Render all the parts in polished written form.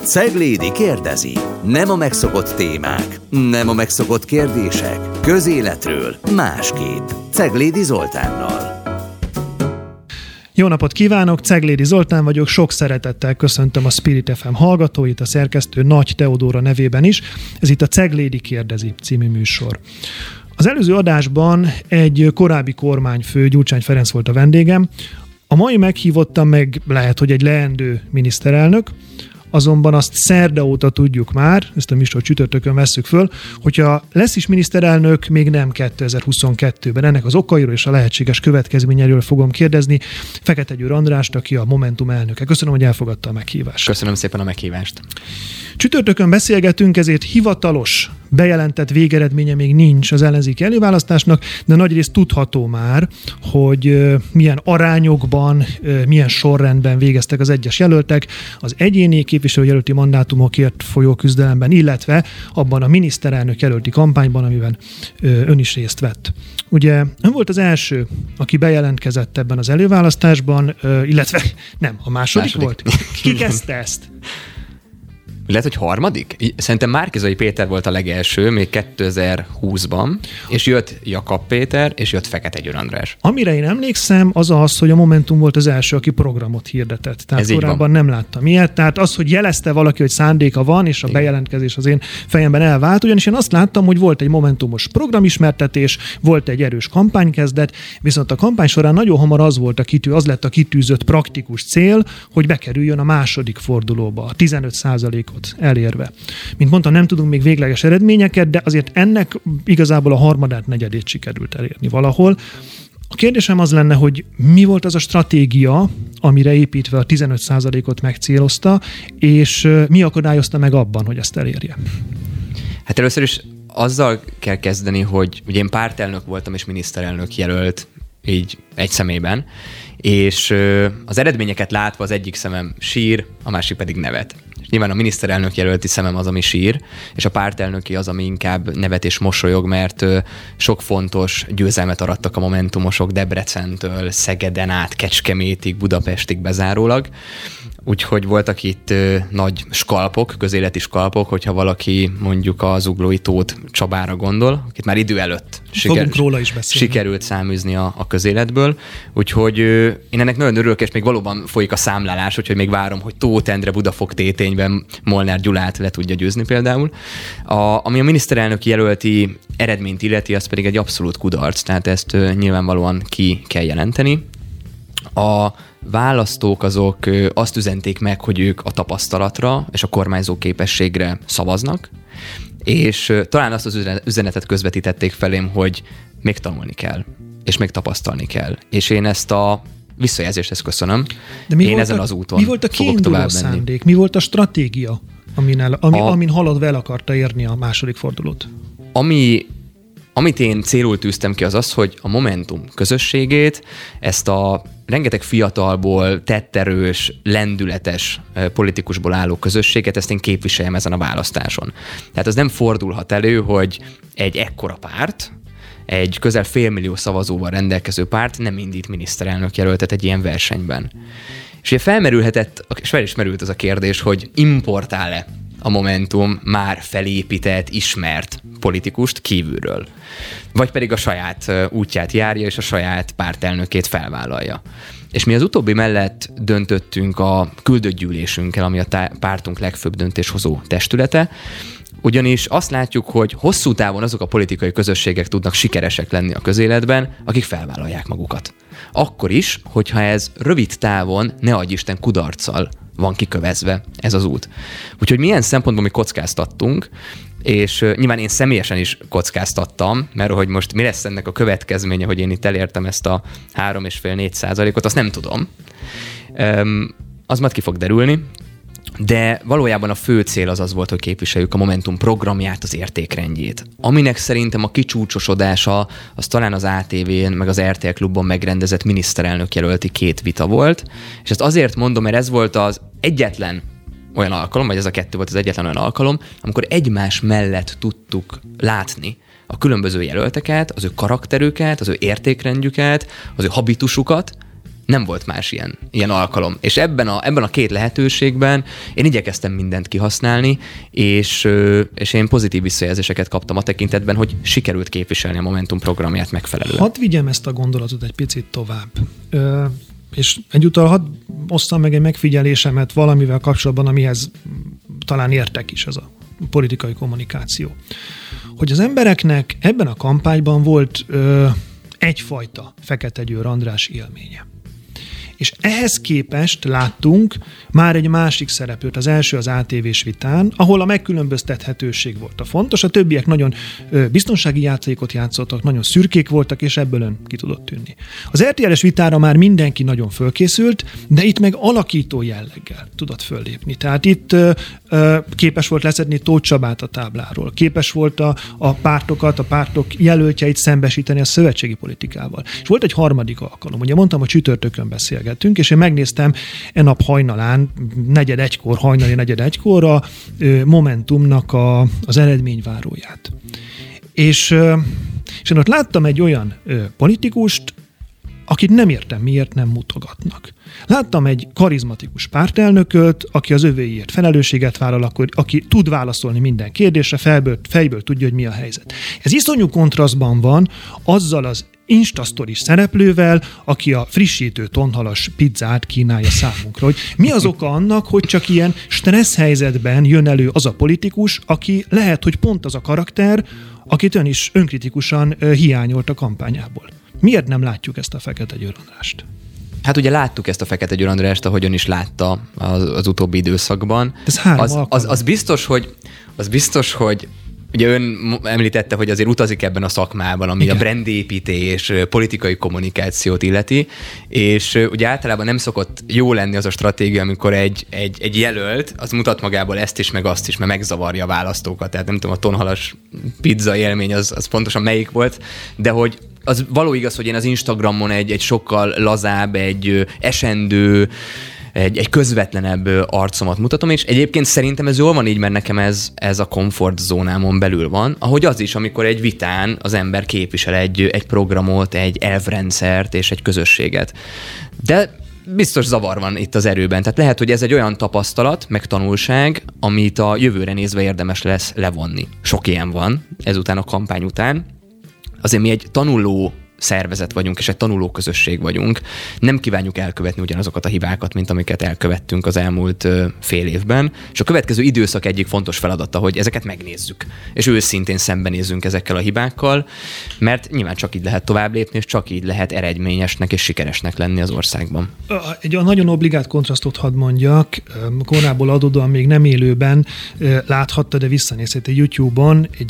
Ceglédi kérdezi. Nem a megszokott témák, nem a megszokott kérdések. Közéletről másképp. Ceglédi Zoltánnal. Jó napot kívánok, Ceglédi Zoltán vagyok, sok szeretettel köszöntöm a Spirit FM hallgatóit, a szerkesztő Nagy Teodóra nevében is. Ez itt a Ceglédi kérdezi című műsor. Az előző adásban egy korábbi kormányfő, Gyurcsány Ferenc volt a vendégem. A mai meghívottam meg lehet, hogy egy leendő miniszterelnök, azonban azt szerda óta tudjuk már, ezt a műsor csütörtökön vesszük föl, hogyha lesz is miniszterelnök, még nem 2022-ben. Ennek az okairól és a lehetséges következményeiről fogom kérdezni Fekete Győr Andrást, aki a Momentum elnöke. Köszönöm, hogy elfogadta a meghívást. Köszönöm szépen a meghívást. Csütörtökön beszélgetünk, ezért hivatalos, bejelentett végeredménye még nincs az ellenzéki előválasztásnak, de nagyrészt tudható már, hogy milyen arányokban, milyen sorrendben végeztek az egyes jelöltek az egyéni képviselőjelölti mandátumokért folyó küzdelemben, illetve abban a miniszterelnök jelölti kampányban, amiben ön is részt vett. Ugye ön volt az első, aki bejelentkezett ebben az előválasztásban, illetve nem, a második volt? Ki kezdte ezt? Lehet, hogy harmadik? Szerintem Márki-Zay Péter volt a legelső, még 2020-ban, és jött Jakab Péter, és jött Fekete Győr András. Amire én emlékszem, az, hogy a Momentum volt az első, aki programot hirdetett. Tehát ez korábban nem láttam ilyet. Tehát az, hogy jelezte valaki, hogy szándéka van, és a bejelentkezés az én fejemben elvált, ugyanis én azt láttam, hogy volt egy momentumos programismertetés, volt egy erős kampánykezdet, viszont a kampány során nagyon hamar az lett a kitűzött praktikus cél, hogy bekerüljön a második fordulóba, a 15%-ot elérve. Mint mondtam, nem tudunk még végleges eredményeket, de azért ennek igazából a harmadát, negyedét sikerült elérni valahol. A kérdésem az lenne, hogy mi volt az a stratégia, amire építve a 15%-ot megcélozta, és mi akadályozta meg abban, hogy ezt elérje? Hát először is azzal kell kezdeni, hogy ugye én pártelnök voltam és miniszterelnök jelölt, így egy személyben, és az eredményeket látva az egyik szemem sír, a másik pedig nevet. És nyilván a miniszterelnök jelölti szemem az, ami sír, és a pártelnöki az, ami inkább nevet és mosolyog, mert sok fontos győzelmet arattak a momentumosok Debrecentől, Szegeden át, Kecskemétig, Budapestig bezárólag. Úgyhogy voltak itt nagy skalpok, közéleti skalpok, hogyha valaki mondjuk a Zuglói Tóth Csabára gondol, akit már idő előtt sikerült száműzni a közéletből. Úgyhogy én ennek nagyon örülök, és még valóban folyik a számlálás, úgyhogy még várom, hogy Tóth Endre Budafok tétényben Molnár Gyulát le tudja győzni például. Ami a miniszterelnök jelölti eredményt illeti, az pedig egy abszolút kudarc, tehát ezt nyilvánvalóan ki kell jelenteni. A választók azok azt üzenték meg, hogy ők a tapasztalatra és a kormányzó képességre szavaznak, és talán azt az üzenetet közvetítették felém, hogy még tanulni kell, és még tapasztalni kell. És én ezt a visszajelzést ezt köszönöm. De én ezen az úton mi volt a kiinduló szándék? Mi volt a stratégia, amin haladva el akarta érni a második fordulót? Amit én célul tűztem ki, az, hogy a Momentum közösségét, ezt a rengeteg fiatalból, tetterős, lendületes politikusból álló közösséget, ezt én képviseljem ezen a választáson. Tehát az nem fordulhat elő, hogy egy ekkora párt, egy közel 500 000 szavazóval rendelkező párt nem indít miniszterelnök jelöltet egy ilyen versenyben. És ugye felismerült az a kérdés, hogy importál-e a Momentum már felépített, ismert politikust kívülről. Vagy pedig a saját útját járja, és a saját pártelnökét felvállalja. És mi az utóbbi mellett döntöttünk a küldött gyűlésünkkel, ami a pártunk legfőbb döntéshozó testülete, ugyanis azt látjuk, hogy hosszú távon azok a politikai közösségek tudnak sikeresek lenni a közéletben, akik felvállalják magukat. Akkor is, hogyha ez rövid távon, ne adj Isten, kudarccal van kikövezve ez az út. Úgyhogy milyen szempontból mi kockáztattunk, és nyilván én személyesen is kockáztattam, mert hogy most mi lesz ennek a következménye, hogy én itt elértem ezt a 3,5-4%-ot, azt nem tudom. Az majd ki fog derülni, de valójában a fő cél az volt, hogy képviseljük a Momentum programját, az értékrendjét. Aminek szerintem a kicsúcsosodása az talán az ATV-n, meg az RTL Klubban megrendezett miniszterelnök jelölti 2 vita volt, és ezt azért mondom, mert ez volt az egyetlen olyan alkalom, vagy ez a 2 volt az egyetlen olyan alkalom, amikor egymás mellett tudtuk látni a különböző jelölteket, az ő karakterüket, az ő értékrendjüket, az ő habitusukat, Nem volt más ilyen alkalom. És ebben a két lehetőségben én igyekeztem mindent kihasználni, és én pozitív visszajelzéseket kaptam a tekintetben, hogy sikerült képviselni a Momentum programját megfelelően. Hadd vigyem ezt a gondolatot egy picit tovább. És egyúttal hadd osszam meg egy megfigyelésemet valamivel kapcsolatban, amihez talán értek is, ez a politikai kommunikáció. Hogy az embereknek ebben a kampányban volt egyfajta Fekete Győr András élménye. És ehhez képest láttunk már egy másik szereplőt, az első az ATV-s vitán, ahol a megkülönböztethetőség volt a fontos, a többiek nagyon biztonsági játékot játszottak, nagyon szürkék voltak, és ebből ön ki tudott tűnni. Az RTL-es vitára már mindenki nagyon fölkészült, de itt meg alakító jelleggel tudott föllépni. Tehát itt képes volt leszedni Tóth Csabát a tábláról, képes volt a pártok jelöltjeit szembesíteni a szövetségi politikával. És volt egy harmadik alkalom, ugye mondtam, hogy csütörtökön beszélgettünk, és én megnéztem nap hajnalán, hajnali 4:45 a Momentumnak az eredményváróját. És én ott láttam egy olyan politikust, akit nem értem, miért nem mutogatnak. Láttam egy karizmatikus pártelnököt, aki az övéért felelősséget vállal, aki tud válaszolni minden kérdésre, fejből tudja, hogy mi a helyzet. Ez iszonyú kontrasztban van azzal az Instastories szereplővel, aki a frissítő tonhalas pizzát kínálja számunkra. Hogy mi az oka annak, hogy csak ilyen stressz helyzetben jön elő az a politikus, aki lehet, hogy pont az a karakter, akit ön is önkritikusan hiányolt a kampányából. Miért nem látjuk ezt a Fekete Győr Andrást? Hát ugye láttuk ezt a Fekete Győr Andrást, ahogyan is látta az utóbbi időszakban. Ez az biztos, hogy ugye ön említette, hogy azért utazik ebben a szakmában, ami igen, a brandépítés, politikai kommunikációt illeti, és ugye általában nem szokott jó lenni az a stratégia, amikor egy jelölt, az mutat magából ezt is, meg azt is, mert megzavarja a választókat. Tehát nem tudom, a tonhalas pizza élmény az pontosan melyik volt, de hogy az való igaz, hogy én az Instagramon egy sokkal lazább, egy esendő, egy közvetlenebb arcomat mutatom, és egyébként szerintem ez jól van így, mert nekem ez a komfortzónámon belül van, ahogy az is, amikor egy vitán az ember képvisel egy programot, egy elvrendszert és egy közösséget. De biztos zavar van itt az erőben. Tehát lehet, hogy ez egy olyan tapasztalat, meg tanulság, amit a jövőre nézve érdemes lesz levonni. Sok ilyen van ezután a kampány után. Azért mi egy tanuló szervezet vagyunk, és egy tanuló közösség vagyunk. Nem kívánjuk elkövetni ugyanazokat a hibákat, mint amiket elkövettünk az elmúlt fél évben. És a következő időszak egyik fontos feladata, hogy ezeket megnézzük. És őszintén szembenézzünk ezekkel a hibákkal, mert nyilván csak így lehet tovább lépni, és csak így lehet eredményesnek és sikeresnek lenni az országban. Egy nagyon obligát kontrasztot hadd mondjak. Korából adódóan még nem élőben láthatta, de visszanézhet egy YouTube-on egy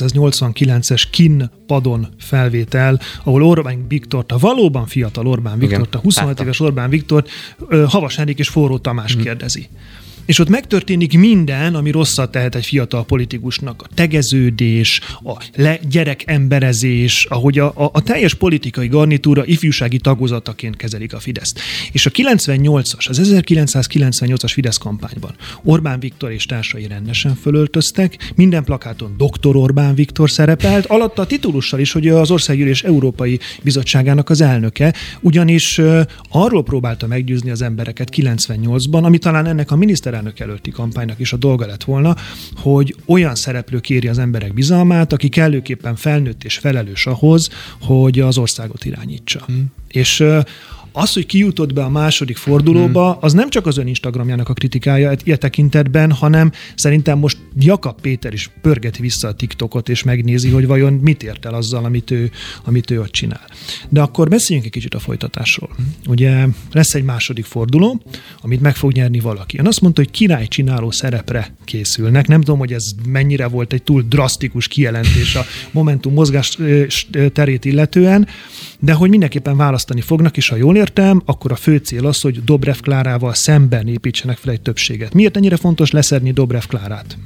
1989-es Kin padon felvétel, ahol Orbán Viktort, a valóban fiatal Orbán Viktort, a 26 éves Orbán Viktort Havas Henrik és Forró Tamás kérdezi. És ott megtörténik minden, ami rosszat tehet egy fiatal politikusnak. A tegeződés, a gyerekemberezés, ahogy a teljes politikai garnitúra ifjúsági tagozataként kezelik a Fideszt. És a 98-as, az 1998-as Fidesz kampányban Orbán Viktor és társai rendesen fölöltöztek, minden plakáton Dr. Orbán Viktor szerepelt, alatta a titulussal is, hogy az Országgyűlés Európai Bizottságának az elnöke, ugyanis arról próbálta meggyőzni az embereket 98-ban, ami talán ennek a miniszterelnök előtti kampánynak is a dolga lett volna, hogy olyan szereplő kéri az emberek bizalmát, aki kellőképpen felnőtt és felelős ahhoz, hogy az országot irányítsa. És az, hogy ki jutott be a második fordulóba, az nem csak az ön Instagramjának a kritikája ilyen tekintetben, hanem szerintem most Jakab Péter is pörgeti vissza a TikTokot, és megnézi, hogy vajon mit ért el azzal, amit ő ott csinál. De akkor beszéljünk egy kicsit a folytatásról. Ugye lesz egy második forduló, amit meg fog nyerni valaki. Ön azt mondta, hogy királycsináló szerepre készülnek. Nem tudom, hogy ez mennyire volt egy túl drasztikus kijelentés a Momentum mozgás terét illetően, de hogy mindenképpen választani fognak, és ha jól értem, akkor a fő cél az, hogy Dobrev Klárával szemben építsenek fel egy többséget. Miért ennyire fontos leszedni Dobrev Klárát?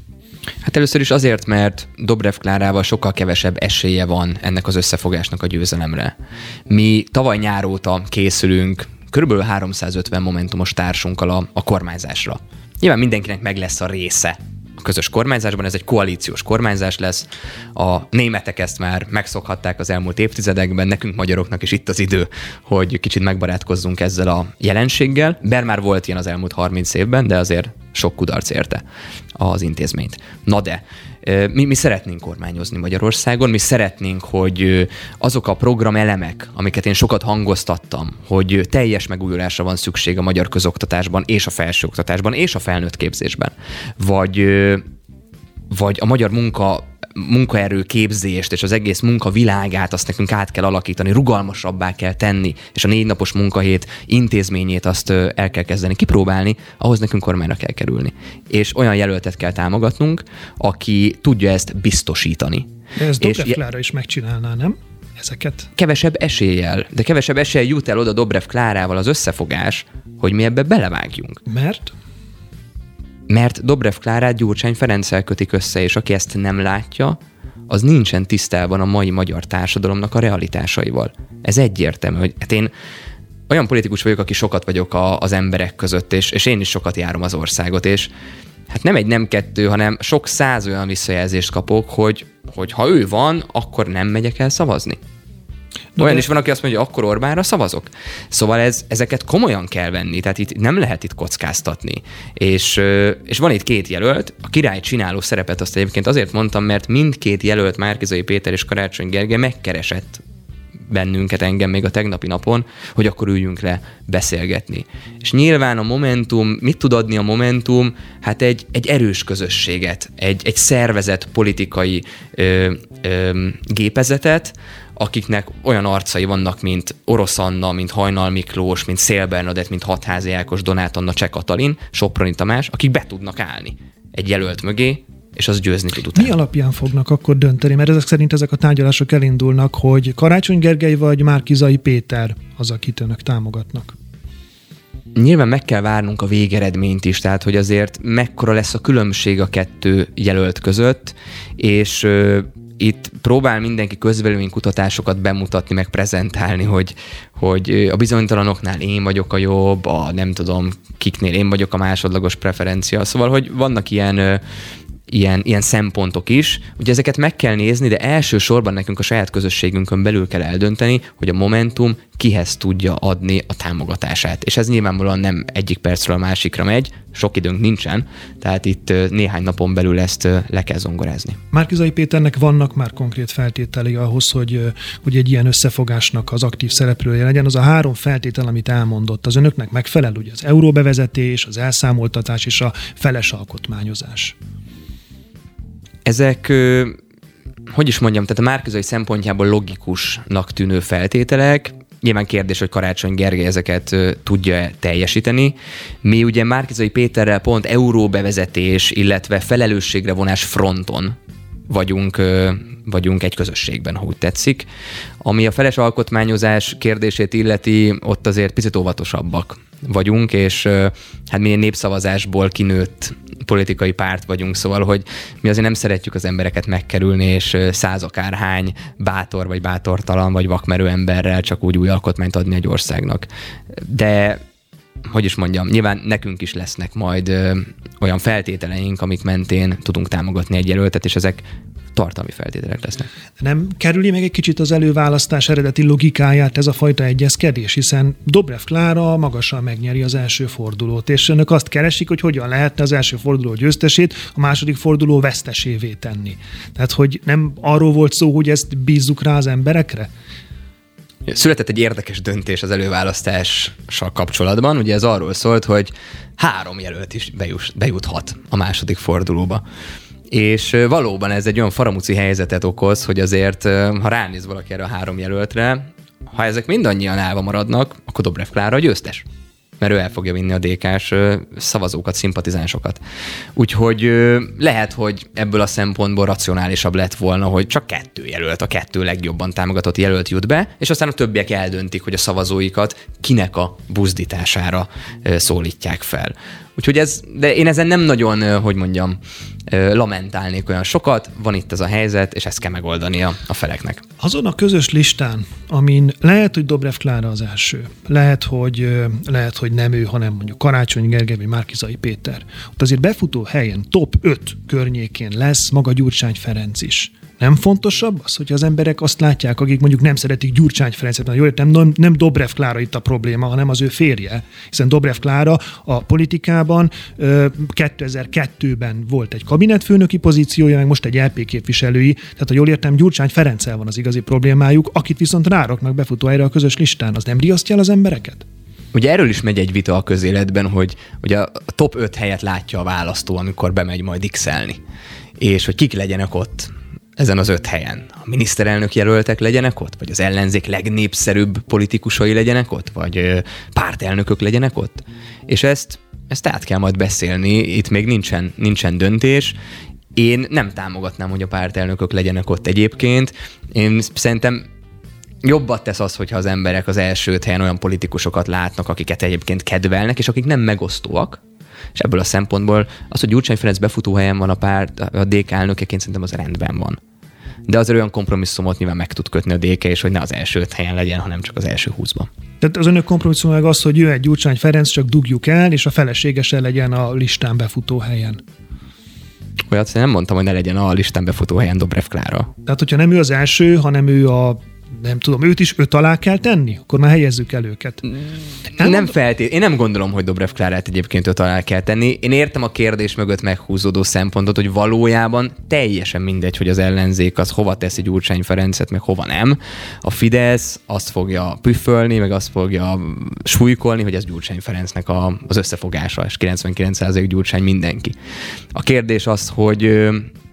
Hát először is azért, mert Dobrev Klárával sokkal kevesebb esélye van ennek az összefogásnak a győzelemre. Mi tavaly nyár óta készülünk körülbelül 350 momentumos társunkkal a kormányzásra. Nyilván mindenkinek meg lesz a része a közös kormányzásban, ez egy koalíciós kormányzás lesz. A németek ezt már megszokhatták az elmúlt évtizedekben, nekünk magyaroknak is itt az idő, hogy kicsit megbarátkozzunk ezzel a jelenséggel. Bár már volt ilyen az elmúlt 30 évben, de azért sok kudarc érte az intézményt. Na de, mi szeretnénk kormányozni Magyarországon, mi szeretnénk, hogy azok a programelemek, amiket én sokat hangoztattam, hogy teljes megújulásra van szükség a magyar közoktatásban, és a felsőoktatásban, és a felnőtt képzésben, vagy a magyar munkaerő képzést és az egész munkavilágát azt nekünk át kell alakítani, rugalmasabbá kell tenni, és a 4 napos munkahét intézményét azt el kell kezdeni kipróbálni, ahhoz nekünk kormányra kell kerülni. És olyan jelöltet kell támogatnunk, aki tudja ezt biztosítani. De ez Dobrev Klára is megcsinálná, nem? Ezeket? Kevesebb eséllyel jut el oda Dobrev Klárával az összefogás, hogy mi ebbe belevágjunk. Mert Dobrev Klárát Gyurcsány Ferenccel kötik össze, és aki ezt nem látja, az nincsen tisztában a mai magyar társadalomnak a realitásaival. Ez egyértelmű, hogy hát én olyan politikus vagyok, aki sokat vagyok az emberek között, és én is sokat járom az országot, és hát nem egy, nem kettő, hanem sok 100 olyan visszajelzést kapok, hogy ha ő van, akkor nem megyek el szavazni. Olyan is van, aki azt mondja, hogy akkor Orbánra szavazok. Szóval ezeket komolyan kell venni, tehát itt nem lehet itt kockáztatni. És van itt 2 jelölt, a király csináló szerepet azt egyébként azért mondtam, mert mindkét jelölt, Márki-Zay Péter és Karácsony Gergely megkeresett bennünket, engem még a tegnapi napon, hogy akkor üljünk le beszélgetni. És nyilván a Momentum, mit tud adni a Momentum? Hát egy erős közösséget, egy szervezett politikai gépezetet, akiknek olyan arcai vannak, mint Orosz Anna, mint Hajnal Miklós, mint Szél Bernadett, mint Hatházi Ákos, Donát Anna, Cseh Katalin, Soproni Tamás, akik be tudnak állni egy jelölt mögé, és az győzni tud utána. Mi alapján fognak akkor dönteni? Mert ezek szerint ezek a tárgyalások elindulnak, hogy Karácsony Gergely vagy Márki-Zay Péter az, akit önök támogatnak. Nyilván meg kell várnunk a végeredményt is, tehát hogy azért mekkora lesz a különbség a 2 jelölt között, és itt próbál mindenki közvéleménykutatásokat bemutatni, meg prezentálni, hogy a bizonytalanoknál én vagyok a jobb, a nem tudom kiknél én vagyok a másodlagos preferencia. Szóval, hogy vannak ilyen szempontok is. Ugye ezeket meg kell nézni, de elsősorban nekünk a saját közösségünkön belül kell eldönteni, hogy a Momentum kihez tudja adni a támogatását. És ez nyilvánvalóan nem egyik percről a másikra megy, sok időnk nincsen, tehát itt néhány napon belül ezt le kell zongorázni. Márki-Zay Péternek vannak már konkrét feltételei ahhoz, hogy egy ilyen összefogásnak az aktív szereplője legyen. Az a 3 feltétel, amit elmondott, az önöknek megfelel, ugye az euróbevezetés, az elszámoltatás és a feles alkotmányozás. Ezek, hogy is mondjam, tehát a Márki-Zay szempontjából logikusnak tűnő feltételek. Nyilván kérdés, hogy Karácsony Gergely ezeket tudja teljesíteni. Mi ugye Márki-Zay Péterrel pont euróbevezetés, illetve felelősségre vonás fronton vagyunk egy közösségben, ha úgy tetszik. Ami a feles alkotmányozás kérdését illeti, ott azért picit óvatosabbak vagyunk, és hát mi egy népszavazásból kinőtt politikai párt vagyunk, szóval, hogy mi azért nem szeretjük az embereket megkerülni, és 100 akárhány bátor, vagy bátortalan, vagy vakmerő emberrel csak úgy új alkotmányt adni egy országnak. De, hogy is mondjam, nyilván nekünk is lesznek majd olyan feltételeink, amik mentén tudunk támogatni egy jelöltet, és ezek tartalmi feltételek lesznek. Nem kerüli meg egy kicsit az előválasztás eredeti logikáját ez a fajta egyezkedés, hiszen Dobrev Klára magasan megnyeri az első fordulót, és önök azt keresik, hogy hogyan lehetne az első forduló győztesét a második forduló vesztesévé tenni. Tehát, hogy nem arról volt szó, hogy ezt bízzuk rá az emberekre? Született egy érdekes döntés az előválasztással kapcsolatban. Ugye ez arról szólt, hogy 3 jelölt is bejuthat a második fordulóba. És valóban ez egy olyan faramúci helyzetet okoz, hogy azért, ha ránéz valaki erre a 3 jelöltre, ha ezek mindannyian állva maradnak, akkor Dobrev Klára a győztes. Mert ő el fogja vinni a DK-s szavazókat, szimpatizánsokat. Úgyhogy lehet, hogy ebből a szempontból racionálisabb lett volna, hogy csak 2 jelölt, a 2 legjobban támogatott jelölt jut be, és aztán a többiek eldöntik, hogy a szavazóikat kinek a buzdítására szólítják fel. Úgyhogy de én ezen nem nagyon, lamentálnék olyan sokat, van itt ez a helyzet, és ezt kell megoldani a feleknek. Azon a közös listán, amin lehet, hogy Dobrev Klára az első, lehet, hogy nem ő, hanem mondjuk Karácsony Gergely vagy Márki-Zay Péter, ott azért befutó helyen top 5 környékén lesz maga Gyurcsány Ferenc is. Nem fontosabb az, hogy az emberek azt látják, akik mondjuk nem szeretik Gyurcsány Ferencet, mert jól értem, nem Dobrev Klára itt a probléma, hanem az ő férje. Hiszen Dobrev Klára a politikában 2002-ben volt egy kabinetfőnöki pozíciója, meg most egy LP képviselői, tehát ha jól értem, Gyurcsány Ferenccel van az igazi problémájuk, akit viszont ráraknak befutó helyre a közös listán. Az nem riasztja el az embereket? Ugye erről is megy egy vita a közéletben, hogy ugye a top 5 helyet látja a választó, amikor bemegy majd x-elni. És hogy kik legyenek ott ezen az 5 helyen. A miniszterelnök jelöltek legyenek ott? Vagy az ellenzék legnépszerűbb politikusai legyenek ott? Vagy pártelnökök legyenek ott? És ezt át kell majd beszélni, itt még nincsen döntés. Én nem támogatnám, hogy a pártelnökök legyenek ott egyébként. Én szerintem jobbat tesz az, hogyha az emberek az első 5 helyen olyan politikusokat látnak, akiket egyébként kedvelnek, és akik nem megosztóak. És ebből a szempontból az, hogy Gyurcsány Ferenc befutó helyen van a DK elnökeként, szerintem az rendben van. De azért olyan kompromisszumot nyilván meg tud kötni a DK, és hogy ne az első 5 helyen legyen, hanem csak az első 20-ban. Tehát az önök kompromisszum meg az, hogy jöhet Gyurcsány Ferenc, csak dugjuk el, és a feleségese legyen a listán befutó helyen. Olyat nem mondtam, hogy ne legyen a listán befutó helyen Dobrev Klára. Tehát, hogyha nem ő az első, hanem ő nem tudom, őt is 5 alá kell tenni? Akkor már helyezzük el őket. Én nem gondolom, hogy Dobrev Klárát egyébként 5 alá kell tenni. Én értem a kérdés mögött meghúzódó szempontot, hogy valójában teljesen mindegy, hogy az ellenzék az hova teszi Gyurcsány Ferencet, meg hova nem. A Fidesz azt fogja püffölni, meg azt fogja súlykolni, hogy ez Gyurcsány Ferencnek az összefogása, és 99% Gyurcsány mindenki. A kérdés az, hogy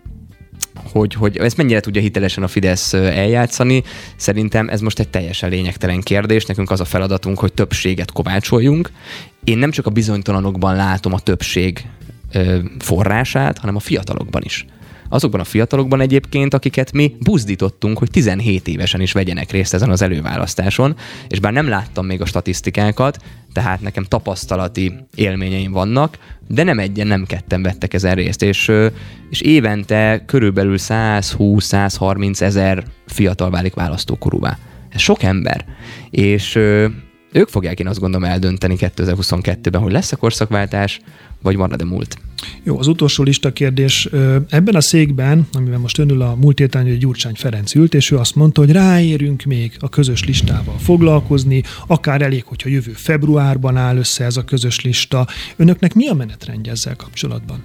ezt mennyire tudja hitelesen a Fidesz eljátszani. Szerintem ez most egy teljesen lényegtelen kérdés. Nekünk az a feladatunk, hogy többséget kovácsoljunk. Én nem csak a bizonytalanokban látom a többség forrását, hanem a fiatalokban is. Azokban a fiatalokban egyébként, akiket mi buzdítottunk, hogy 17 évesen is vegyenek részt ezen az előválasztáson, és bár nem láttam még a statisztikákat, tehát nekem tapasztalati élményeim vannak, de nem egyen, nem ketten vettek ezen részt, és évente körülbelül 120-130 ezer fiatal válik választókorúvá. Ez sok ember, és ők fogják, én azt gondolom, eldönteni 2022-ben, hogy lesz a korszakváltás, vagy marad-e múlt. Jó, az utolsó listakérdés. Ebben a székben, amiben most önül a múlt héten, hogy Gyurcsány Ferenc ült, és ő azt mondta, hogy ráérünk még a közös listával foglalkozni, akár elég, hogyha jövő februárban áll össze ez a közös lista. Önöknek mi a menetrendje ezzel kapcsolatban?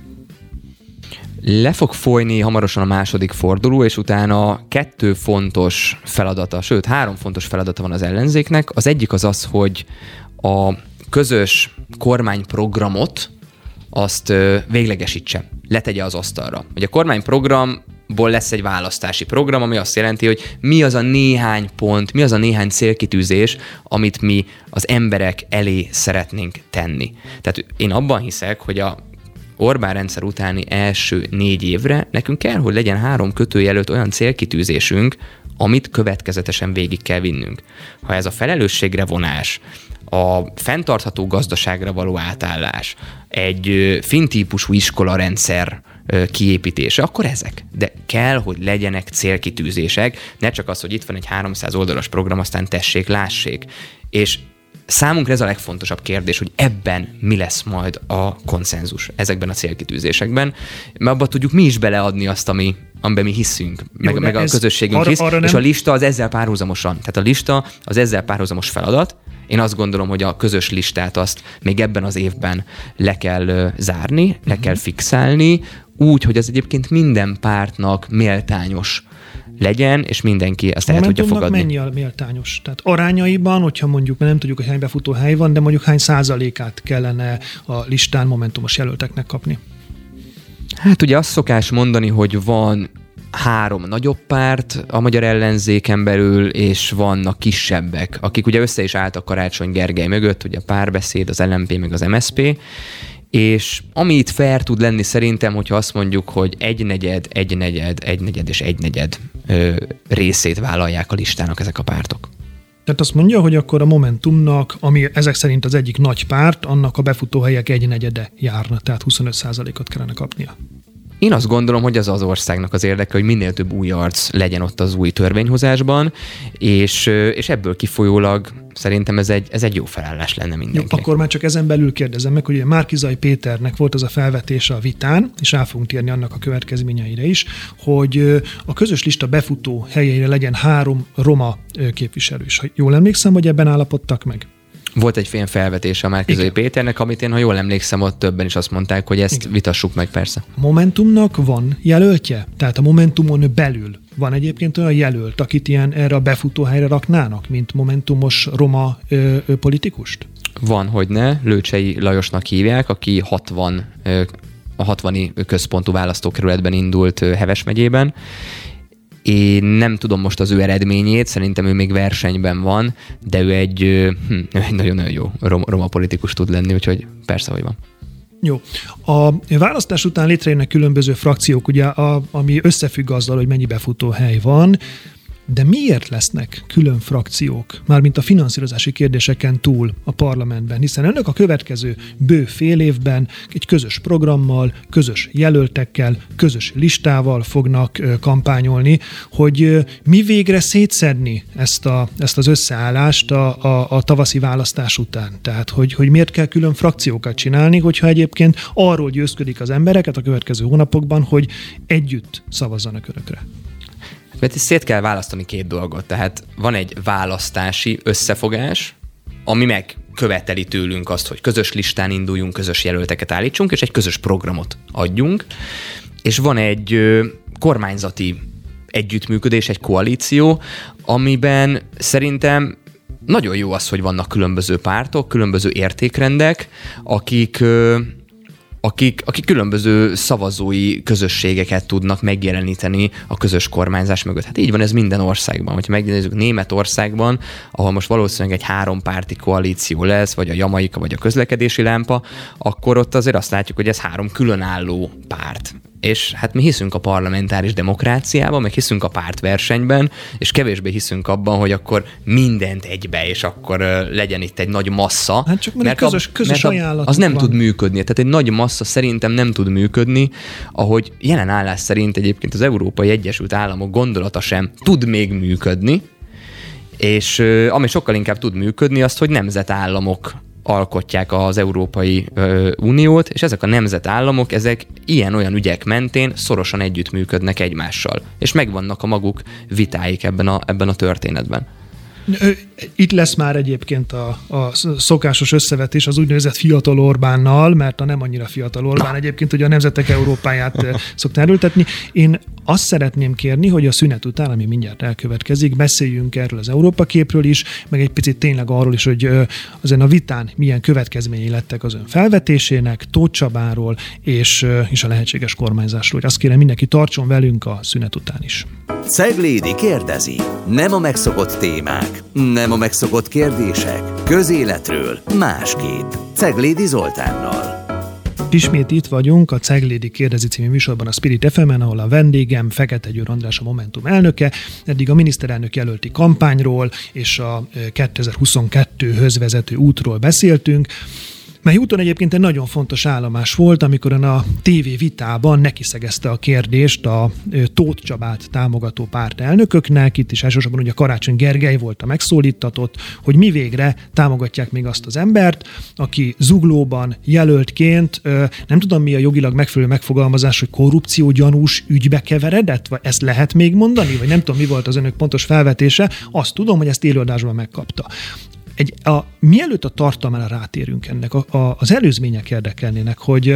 Le fog folyni hamarosan a második forduló, és utána 2 fontos feladata, sőt 3 fontos feladata van az ellenzéknek. Az egyik az, hogy a közös kormányprogramot azt véglegesítse, letegye az asztalra. Ugye a kormányprogramból lesz egy választási program, ami azt jelenti, hogy mi az a néhány pont, mi az a néhány célkitűzés, amit mi az emberek elé szeretnénk tenni. Tehát én abban hiszek, hogy a Orbán rendszer utáni első 4 évre nekünk kell, hogy legyen 3 kötőjelölt olyan célkitűzésünk, amit következetesen végig kell vinnünk. Ha ez a felelősségre vonás, a fenntartható gazdaságra való átállás, egy finn-típusú iskolarendszer kiépítése, akkor ezek. De kell, hogy legyenek célkitűzések, ne csak az, hogy itt van egy 300 oldalas program, aztán tessék, lássék. És számunkra ez a legfontosabb kérdés, hogy ebben mi lesz majd a konszenzus, ezekben a célkitűzésekben, mert abban tudjuk mi is beleadni azt, amiben mi hiszünk, meg a közösségünk hisz, és a lista az ezzel párhuzamosan. Tehát a lista az ezzel párhuzamos feladat. Én azt gondolom, hogy a közös listát azt még ebben az évben le kell zárni, le kell fixálni, úgy, hogy az egyébként minden pártnak méltányos legyen, és mindenki ezt el tudja fogadni. Mennyi a méltányos? Tehát arányaiban, hogyha mondjuk, nem tudjuk, hogy hány befutó hely van, de mondjuk hány százalékát kellene a listán momentumos jelölteknek kapni? Hát ugye azt szokás mondani, hogy van 3 nagyobb párt a magyar ellenzéken belül, és vannak kisebbek, akik ugye össze is álltak Karácsony Gergely mögött, ugye a Párbeszéd, az LMP, meg az MSZP, és ami itt fair tud lenni szerintem, hogyha azt mondjuk, hogy 1/4 és 1/4 részét vállalják a listának ezek a pártok. Tehát azt mondja, hogy akkor a Momentumnak, ami ezek szerint az egyik nagy párt, annak a befutóhelyek 1/4 járna, tehát 25%-ot kellene kapnia. Én azt gondolom, hogy az országnak az érdeke, hogy minél több új arc legyen ott az új törvényhozásban, és ebből kifolyólag szerintem ez egy jó felállás lenne mindenkinek. Jó, akkor már csak ezen belül kérdezem meg, hogy ugye Márki-Zay Péternek volt az a felvetése a vitán, és rá fogunk térni annak a következményeire is, hogy a közös lista befutó helyeire legyen 3 roma képviselő. És ha jól emlékszem, hogy ebben állapodtak meg? Volt egy fél felvetése a Márki-Zay Péternek, amit én, ha jól emlékszem, ott többen is azt mondták, hogy ezt vitassuk meg persze. Momentumnak van jelöltje? Tehát a Momentumon belül van egyébként olyan jelölt, akit ilyen erre a befutóhelyre raknának, mint momentumos roma politikust? Van, hogy ne. Lőcsei Lajosnak hívják, aki a 60-i központú választókerületben indult Heves megyében. Én nem tudom most az ő eredményét, szerintem ő még versenyben van, de ő egy nagyon-nagyon jó roma politikus tud lenni, úgyhogy persze, hogy van. Jó. A választás után létrejönnek különböző frakciók, ugye, ami összefügg azzal, hogy mennyi befutóhely van, de miért lesznek külön frakciók, mármint a finanszírozási kérdéseken túl a parlamentben, hiszen önök a következő bő fél évben egy közös programmal, közös jelöltekkel, közös listával fognak kampányolni, hogy mi végre szétszedni ezt az összeállást a tavaszi választás után. Tehát, hogy miért kell külön frakciókat csinálni, hogyha egyébként arról győzködik az embereket a következő hónapokban, hogy együtt szavazzanak önökre. Mert szét kell választani 2 dolgot. Tehát van egy választási összefogás, ami megköveteli tőlünk azt, hogy közös listán induljunk, közös jelölteket állítsunk, és egy közös programot adjunk. És van egy kormányzati együttműködés, egy koalíció, amiben szerintem nagyon jó az, hogy vannak különböző pártok, különböző értékrendek, akik különböző szavazói közösségeket tudnak megjeleníteni a közös kormányzás mögött. Hát így van ez minden országban. Hogyha megnézzük Németországban, ahol most valószínűleg egy 3 párti koalíció lesz, vagy a Jamaika, vagy a közlekedési lámpa, akkor ott azért azt látjuk, hogy ez 3 különálló párt. És hát mi hiszünk a parlamentáris demokráciában, meg hiszünk a pártversenyben, és kevésbé hiszünk abban, hogy akkor mindent egybe, és akkor legyen itt egy nagy massza. Hát csak mert közös ajánlatok az nem van. tud működni. Tehát egy nagy massza szerintem nem tud működni, ahogy jelen állás szerint egyébként az Európai Egyesült Államok gondolata sem tud még működni, és ami sokkal inkább tud működni, az, hogy nemzetállamok alkotják az Európai Uniót, és ezek a nemzetállamok, ezek ilyen-olyan ügyek mentén szorosan együttműködnek egymással, és megvannak a maguk vitáik ebben a történetben. Itt lesz már egyébként a szokásos összevetés az úgynevezett fiatal Orbánnal, mert a nem annyira fiatal Orbán egyébként ugye a Nemzetek Európáját szokta erőltetni. Én azt szeretném kérni, hogy a szünet után, ami mindjárt elkövetkezik, beszéljünk erről az Európa képről is, meg egy picit tényleg arról is, hogy ezen a vitán milyen következményei lettek az ön felvetésének, Tóth Csabáról és a lehetséges kormányzásról. Azt kérem, mindenki tartson velünk a szünet után is. Ceglédi kérdezi. Nem a megszokott témák, nem a megszokott kérdések, közéletről másképp. Ceglédi Zoltánnal. Ismét itt vagyunk a Ceglédi kérdezi című műsorban a Spirit FM-en, ahol a vendégem Fekete Győr András, a Momentum elnöke. Eddig a miniszterelnök jelölti kampányról és a 2022-höz vezető útról beszéltünk, mely úton egyébként egy nagyon fontos állomás volt, amikor a TV vitában nekiszegezte a kérdést a Tóth Csabát támogató pártelnököknek, itt is elsősorban ugye Karácsony Gergely volt a megszólítatott, hogy mi végre támogatják még azt az embert, aki zuglóban jelöltként, nem tudom mi a jogilag megfelelő megfogalmazás, hogy korrupciógyanús ügybe keveredett, vagy ezt lehet még mondani, vagy nem tudom mi volt az önök pontos felvetése, azt tudom, hogy ezt élőadásban megkapta. Mielőtt a tartalmára rátérünk ennek, az előzmények érdekelnének, hogy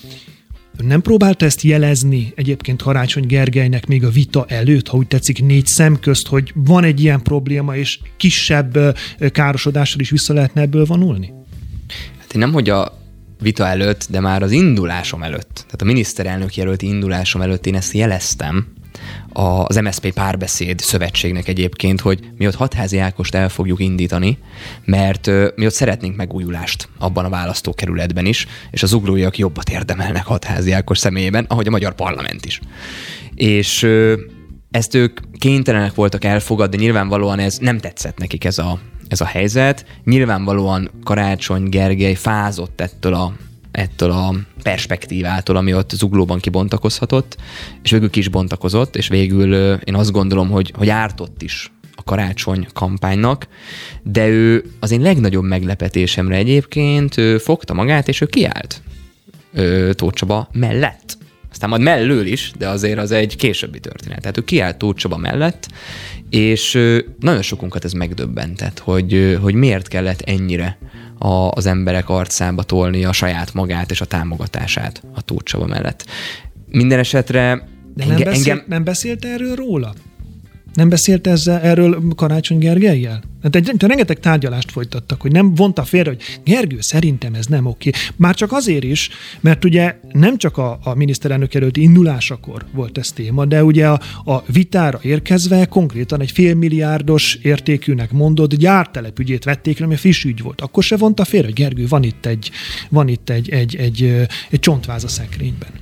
nem próbálta ezt jelezni egyébként Karácsony Gergelynek még a vita előtt, ha úgy tetszik 4 szem közt, hogy van egy ilyen probléma, és kisebb károsodással is vissza lehetne ebből vonulni? Hát én nem, hogy a vita előtt, de már az indulásom előtt, tehát a miniszterelnök jelölti indulásom előtt én ezt jeleztem, az MSZP Párbeszéd Szövetségnek egyébként, hogy mi ott Hatházi Ákost el fogjuk indítani, mert mi ott szeretnénk megújulást abban a választókerületben is, és az zuglóiak jobbat érdemelnek Hatházi Ákos személyében, ahogy a magyar parlament is. És ezt ők kénytelenek voltak elfogadni, nyilvánvalóan ez nem tetszett nekik ez a helyzet. Nyilvánvalóan Karácsony Gergely fázott ettől a perspektívától, ami ott Zuglóban kibontakozhatott, és végül ki is bontakozott, és végül én azt gondolom, hogy ártott is a Karácsony kampánynak, de ő az én legnagyobb meglepetésemre egyébként fogta magát, és ő kiállt Tóth Csaba mellett. Aztán majd mellől is, de azért az egy későbbi történet. Tehát ő kiállt Tóth Csaba mellett, és nagyon sokunkat ez megdöbbentett, hogy miért kellett ennyire az emberek arcába tolni a saját magát és a támogatását a Tóth Csaba mellett. Minden esetre nem beszélt erről róla? Nem beszélt erről Karácsony Gergellyel? Hát rengeteg tárgyalást folytattak, hogy nem vonta félre, hogy Gergő, szerintem ez nem oké. Már csak azért is, mert ugye nem csak a miniszterelnök előtti indulásakor volt ez téma, de ugye a vitára érkezve konkrétan egy $500 millió értékűnek mondott gyártelepügyét vették le, ami friss ügy volt. Akkor se vonta félre, hogy Gergő, van itt egy csontváz a szekrényben.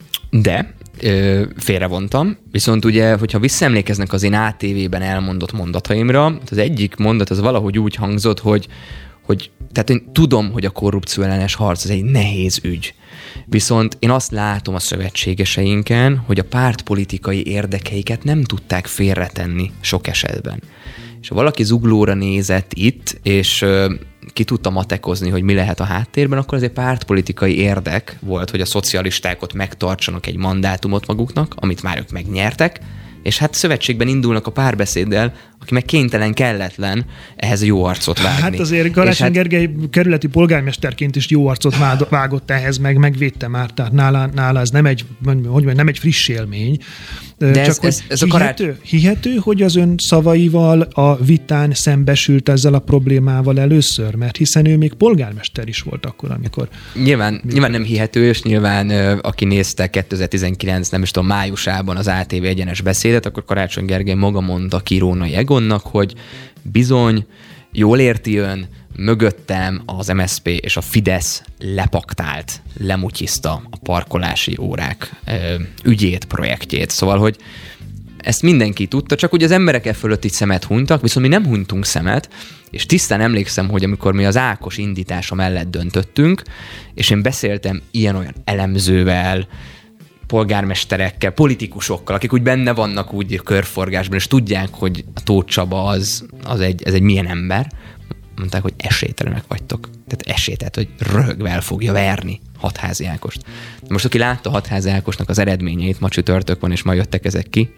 De félrevontam, viszont ugye, hogyha visszaemlékeznek az én ATV-ben elmondott mondataimra, az egyik mondat az valahogy úgy hangzott, hogy tehát én tudom, hogy a korrupció ellenes harc az egy nehéz ügy. Viszont én azt látom a szövetségeseinken, hogy a pártpolitikai érdekeiket nem tudták félretenni sok esetben. És ha valaki Zuglóra nézett itt, és ki tudta matekozni, hogy mi lehet a háttérben, akkor ez egy pártpolitikai érdek volt, hogy a szocialisták ott megtartsanak egy mandátumot maguknak, amit már ők megnyertek, és hát szövetségben indulnak a Párbeszéddel, aki meg kénytelen, kelletlen ehhez jó arcot vágni. Hát azért Karácsony Gergely kerületi polgármesterként is jó arcot vágott ehhez, megvédte már, tehát nála ez nem egy friss élmény. De csak ez hihető, hogy az ön szavaival a vitán szembesült ezzel a problémával először, mert hiszen ő még polgármester is volt akkor, amikor... Nyilván nem hihető, és nyilván aki nézte 2019, nem is tudom, májusában az ATV egyenes beszédet, akkor Karácsony Gergely maga mondta Rónai Egonnak, hogy bizony, jól érti ön, mögöttem az MSZP és a Fidesz lepaktált, lemutyiszta a parkolási órák ügyét, projektjét. Szóval, hogy ezt mindenki tudta, csak ugye az emberek fölött itt szemet hunytak, viszont mi nem hunytunk szemet, és tisztán emlékszem, hogy amikor mi az Ákos indítása mellett döntöttünk, és én beszéltem ilyen-olyan elemzővel, polgármesterekkel, politikusokkal, akik úgy benne vannak úgy körforgásban, és tudják, hogy a Tóth Csaba ez egy milyen ember, mondták, hogy esélytelenek vagytok. Tehát hogy röhögve el fogja verni Hatházi Ákost. Most aki látta Hatházi Ákosnak az eredményeit, ma csütörtök van, és ma jöttek ezek ki,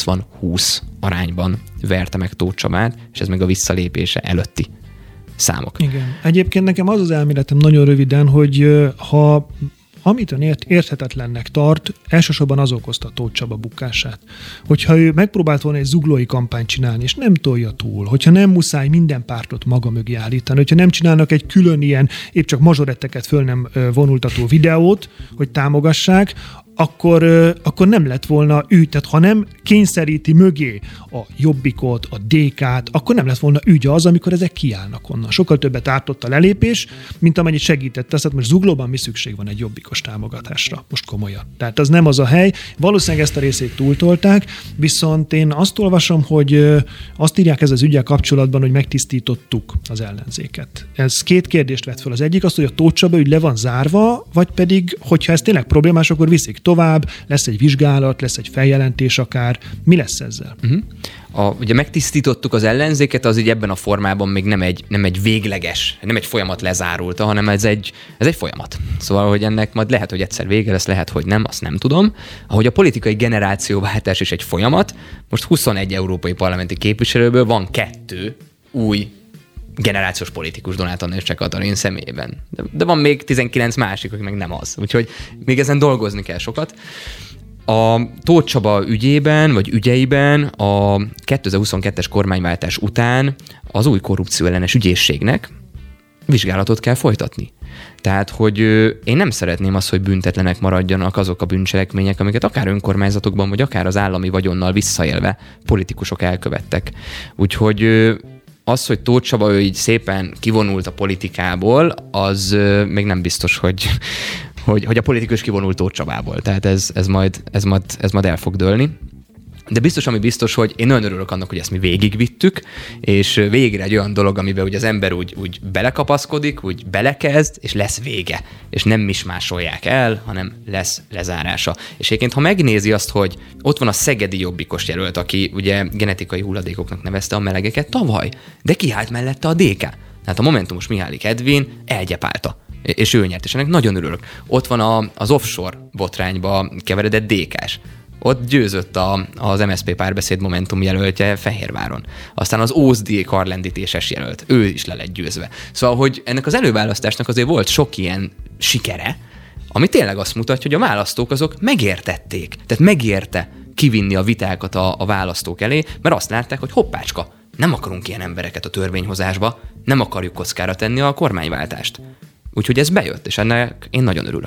80-20 arányban verte meg Tóth Csabát, és ez meg a visszalépése előtti számok. Igen. Egyébként nekem az elméletem nagyon röviden, hogy ha amit ön érthetetlennek tart, elsősorban az okozta Tóth Csaba bukását. Hogyha ő megpróbált volna egy zuglói kampányt csinálni, és nem tolja túl, hogyha nem muszáj minden pártot maga mögé állítani, hogyha nem csinálnak egy külön ilyen, épp csak mazsoretteket föl nem vonultató videót, hogy támogassák, akkor nem lett volna ügy. Tehát ha nem kényszeríti mögé a Jobbikot, a DK-t, akkor nem lett volna ügy az, amikor ezek kiállnak onnan. Sokkal többet ártott a lelépés, mint amennyit segített. Tehát most Zuglóban mi szükség van egy jobbikos támogatásra? Most komolyan. Tehát az nem az a hely. Valószínűleg ezt a részét túltolták, viszont én azt olvasom, hogy azt írják ez az üggyel kapcsolatban, hogy megtisztítottuk az ellenzéket. Ez két kérdést vett fel. Az egyik az, hogy a Tóth Csaba ügy le van zárva, vagy pedig, hogyha ez tényleg problémás, akkor viszik tovább, lesz egy vizsgálat, lesz egy feljelentés akár. Mi lesz ezzel? Ugye megtisztítottuk az ellenzéket, az így ebben a formában még nem egy végleges, nem egy folyamat lezárulta, hanem ez egy folyamat. Szóval, hogy ennek majd lehet, hogy egyszer vége lesz, lehet, hogy nem, azt nem tudom. Ahogy a politikai generációváltás is egy folyamat, most 21 európai parlamenti képviselőből van 2 új generációs politikus, Donát Anna és Cseh Katalin személyében. De van még 19 másik, aki meg nem az. Úgyhogy még ezen dolgozni kell sokat. A Tóth Csaba ügyében, vagy ügyeiben a 2022-es kormányváltás után az új korrupció ellenes ügyészségnek vizsgálatot kell folytatni. Tehát, hogy én nem szeretném azt, hogy büntetlenek maradjanak azok a bűncselekmények, amiket akár önkormányzatokban, vagy akár az állami vagyonnal visszaélve politikusok elkövettek. Úgyhogy az, hogy Tóth Csaba ő így szépen kivonult a politikából, az még nem biztos, hogy a politikus kivonult Tóth Csabából. Tehát ez majd el fog dőlni. De ami biztos, hogy én nagyon örülök annak, hogy ezt mi végigvittük, és végre egy olyan dolog, amiben ugye az ember úgy belekapaszkodik, úgy belekezd, és lesz vége. És nem mismásolják el, hanem lesz lezárása. És egyébként, ha megnézi azt, hogy ott van a szegedi jobbikos jelölt, aki ugye genetikai hulladékoknak nevezte a melegeket tavaly, de kiállt mellette a DK. Tehát a Momentumos Mihálik Edvin elgyepálta. És ő nyert, és ennek nagyon örülök. Ott van az offshore botrányba keveredett DK-s. Ott győzött az MSZP Párbeszéd Momentum jelöltje Fehérváron. Aztán az OSZD karlendítéses jelölt. Ő is le lett győzve. Szóval, hogy ennek az előválasztásnak azért volt sok ilyen sikere, ami tényleg azt mutatja, hogy a választók azok megértették. Tehát megérte kivinni a vitákat a választók elé, mert azt látták, hogy hoppácska, nem akarunk ilyen embereket a törvényhozásba, nem akarjuk kockára tenni a kormányváltást. Úgyhogy ez bejött, és ennek én nagyon örülök.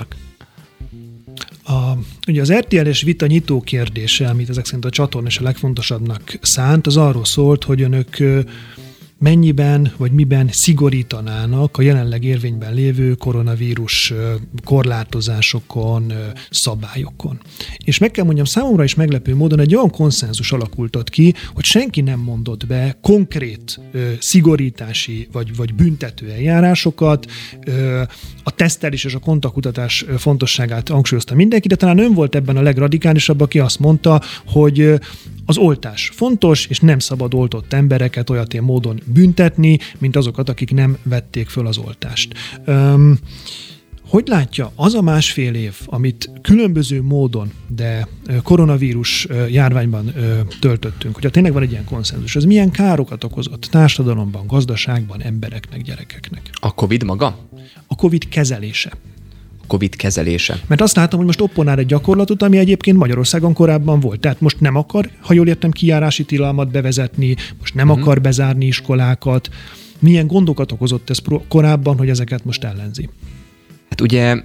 Ugye az RTL-es vita nyitó kérdése, amit ezek szerint a csatorna és a legfontosabbnak szánt, az arról szólt, hogy önök mennyiben vagy miben szigorítanának a jelenleg érvényben lévő koronavírus korlátozásokon, szabályokon. És meg kell mondjam, számomra is meglepő módon egy olyan konszenzus alakult ott ki, hogy senki nem mondott be konkrét szigorítási vagy büntető eljárásokat, a tesztelés és a kontaktkutatás fontosságát hangsúlyozta mindenki, de talán ön volt ebben a legradikálisabb, aki azt mondta, hogy az oltás fontos, és nem szabad oltott embereket olyat ilyen módon büntetni, mint azokat, akik nem vették föl az oltást. Hogy látja, az a másfél év, amit különböző módon, de koronavírus járványban töltöttünk, hogyha tényleg van egy ilyen konszenzus, ez milyen károkat okozott társadalomban, gazdaságban, embereknek, gyerekeknek? A Covid maga? A Covid kezelése. Covid kezelése. Mert azt látom, hogy most opponál egy gyakorlatot, ami egyébként Magyarországon korábban volt. Tehát most nem akar, ha jól értem, kijárási tilalmat bevezetni, most nem akar bezárni iskolákat. Milyen gondokat okozott ez korábban, hogy ezeket most ellenzi? Hát ugye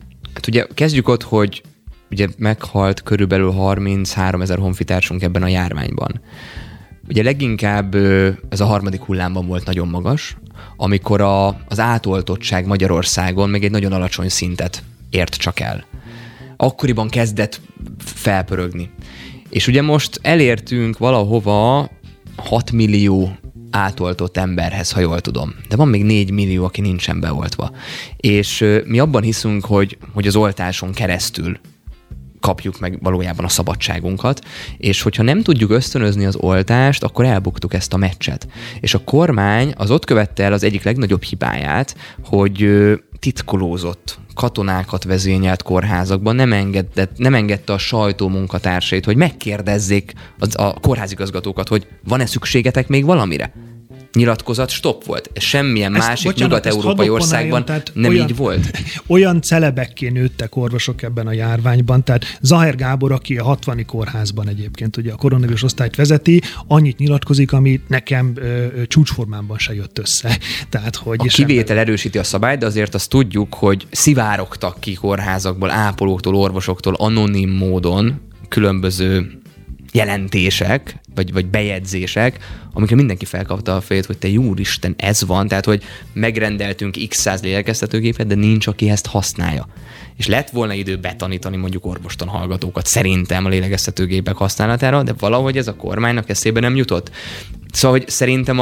kezdjük ott, hogy ugye meghalt körülbelül 33 000 honfitársunk ebben a járványban. Ugye leginkább ez a harmadik hullámban volt nagyon magas, amikor az átoltottság Magyarországon meg egy nagyon alacsony szintet ért csak el. Akkoriban kezdett felpörögni. És ugye most elértünk valahova 6 millió átoltott emberhez, ha jól tudom. De van még 4 millió, aki nincsen beoltva. És mi abban hiszünk, hogy az oltáson keresztül kapjuk meg valójában a szabadságunkat, és hogyha nem tudjuk ösztönözni az oltást, akkor elbuktuk ezt a meccset. És a kormány az ott követte el az egyik legnagyobb hibáját, hogy titkolózott, katonákat vezényelt kórházakban, nem engedte a sajtó munkatársait, hogy megkérdezzék a kórházigazgatókat, hogy van-e szükségetek még valamire? Nyilatkozat stop volt. Semmilyen másik nyugat-európai országban nem így volt. Olyan celebekké nőttek orvosok ebben a járványban, tehát Zahir Gábor, aki a 60. kórházban egyébként ugye a koronavírus osztályt vezeti, annyit nyilatkozik, ami nekem csúcsformámban se jött össze. Tehát, hogy a kivétel erősíti a szabályt, de azért azt tudjuk, hogy szivárogtak ki kórházakból, ápolóktól, orvosoktól anonim módon különböző jelentések, vagy bejegyzések, amikre mindenki felkapta a fejét, hogy te úristen, ez van, tehát, hogy megrendeltünk x 100 lélegeztetőgépet, de nincs, aki ezt használja. És lett volna idő betanítani mondjuk orvostan hallgatókat szerintem a lélegeztetőgépek használatára, de valahogy ez a kormánynak eszébe nem jutott. Szóval, hogy szerintem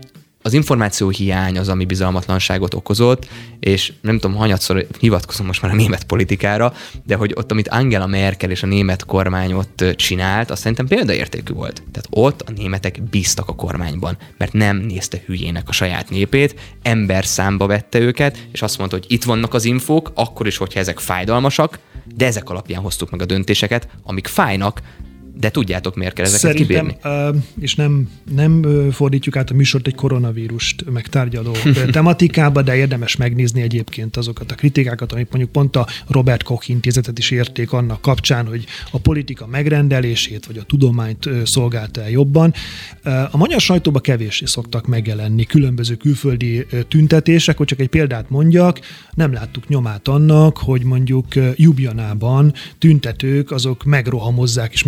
az információ hiány az, ami bizalmatlanságot okozott, és nem tudom, hanyatszor hivatkozom most már a német politikára, de hogy ott, amit Angela Merkel és a német kormány ott csinált, azt szerintem példaértékű volt. Tehát ott a németek bíztak a kormányban, mert nem nézte hülyének a saját népét, ember számba vette őket, és azt mondta, hogy itt vannak az infók, akkor is, hogyha ezek fájdalmasak, de ezek alapján hoztuk meg a döntéseket, amik fájnak, de tudjátok, miért kell ezeket kibírni? És nem fordítjuk át a műsort egy koronavírust megtárgyaló tematikába, de érdemes megnézni egyébként azokat a kritikákat, amik mondjuk pont a Robert Koch intézetet is érték annak kapcsán, hogy a politika megrendelését, vagy a tudományt szolgálta el jobban. A magyar sajtóban kevéssé szoktak megjelenni különböző külföldi tüntetések, hogy csak egy példát mondjak, nem láttuk nyomát annak, hogy mondjuk Ljubljanában tüntetők azok megrohamozzák és megpróbálják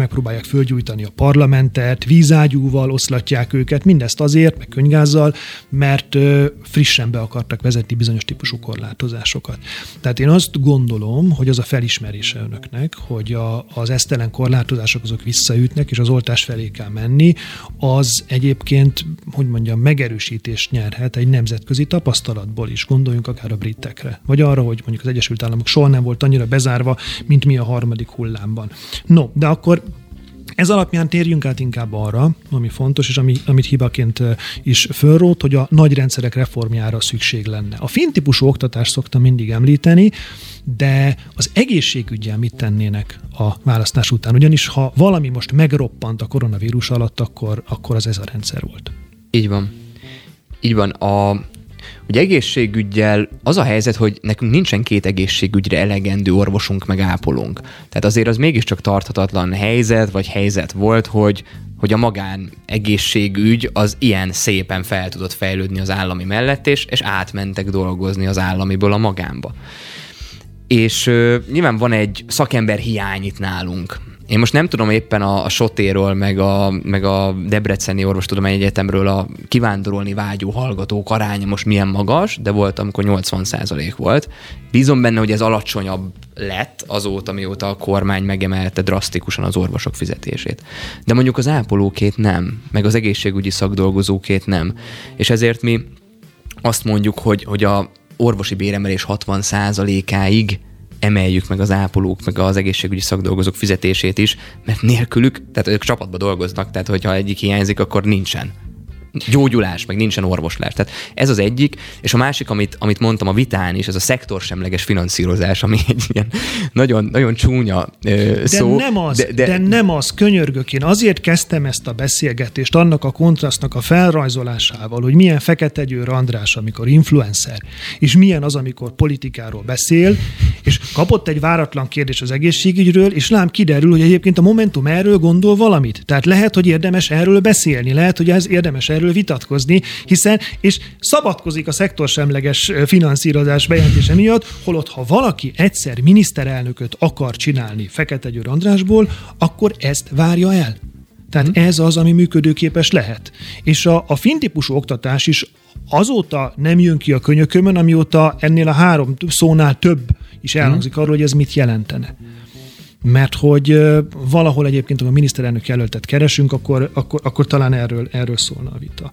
próbálják fölgyújtani a parlamentet, vízágyúval oszlatják őket, mindezt azért, meg könygázzal, mert frissen be akartak vezetni bizonyos típusú korlátozásokat. Tehát én azt gondolom, hogy az a felismerése önöknek, hogy az esztelen korlátozások azok visszaütnek, és az oltás felé kell menni, az egyébként, hogy mondjam, megerősítést nyerhet egy nemzetközi tapasztalatból is. Gondoljunk akár a britekre, vagy arra, hogy mondjuk az Egyesült Államok soha nem volt annyira bezárva, mint mi a harmadik hullámban. No, de akkor ez alapján térjünk át inkább arra, ami fontos, és amit hibaként is fölrót, hogy a nagy rendszerek reformjára szükség lenne. A finn típusú oktatást szoktam mindig említeni, de az egészségügygel mit tennének a választás után? Ugyanis ha valami most megroppant a koronavírus alatt, akkor az ez a rendszer volt. Így van. Így van. Ugye egészségüggyel az a helyzet, hogy nekünk nincsen 2 egészségügyre elegendő orvosunk meg ápolónk. Tehát azért az mégiscsak tarthatatlan helyzet, vagy helyzet volt, hogy a magán egészségügy az ilyen szépen fel tudott fejlődni az állami mellett, és átmentek dolgozni az államiból a magánba. És nyilván van egy szakember hiány itt nálunk. Én most nem tudom éppen a Sotéről, meg a Debreceni Orvostudományi Egyetemről a kivándorolni vágyó hallgatók aránya most milyen magas, de volt, amikor 80% volt. Bízom benne, hogy ez alacsonyabb lett azóta, mióta a kormány megemelte drasztikusan az orvosok fizetését. De mondjuk az ápolókét nem, meg az egészségügyi szakdolgozókét nem. És ezért mi azt mondjuk, hogy a orvosi béremelés 60%-áig emeljük meg az ápolók, meg az egészségügyi szakdolgozók fizetését is, mert nélkülük, tehát ők csapatba dolgoznak, tehát hogyha egyik hiányzik, akkor nincsen gyógyulás, meg nincsen orvoslás. Tehát ez az egyik, és a másik, amit mondtam a vitán is, ez a szektorsemleges finanszírozás, ami egy ilyen nagyon, nagyon csúnya szó. De nem az, könyörgök, én azért kezdtem ezt a beszélgetést annak a kontrasztnak a felrajzolásával, hogy milyen Fekete Győr András, amikor influencer, és milyen az, amikor politikáról beszél, és kapott egy váratlan kérdés az egészségügyről, és lám kiderül, hogy egyébként a Momentum erről gondol valamit. Tehát lehet, hogy érdemes erről beszélni, lehet, hogy ez érdemes erről vitatkozni, hiszen, és szabadkozik a szektorsemleges finanszírozás bejelentése miatt, holott ha valaki egyszer miniszterelnököt akar csinálni Fekete Győr Andrásból, akkor ezt várja el. Tehát ez az, ami működőképes lehet. És a finn típusú oktatás is azóta nem jön ki a könyökömön, amióta ennél a 3 szónál több is elhangzik arról, hogy ez mit jelentene. Mert hogy valahol egyébként, ha a miniszterelnök jelöltet keresünk, akkor talán erről szólna a vita.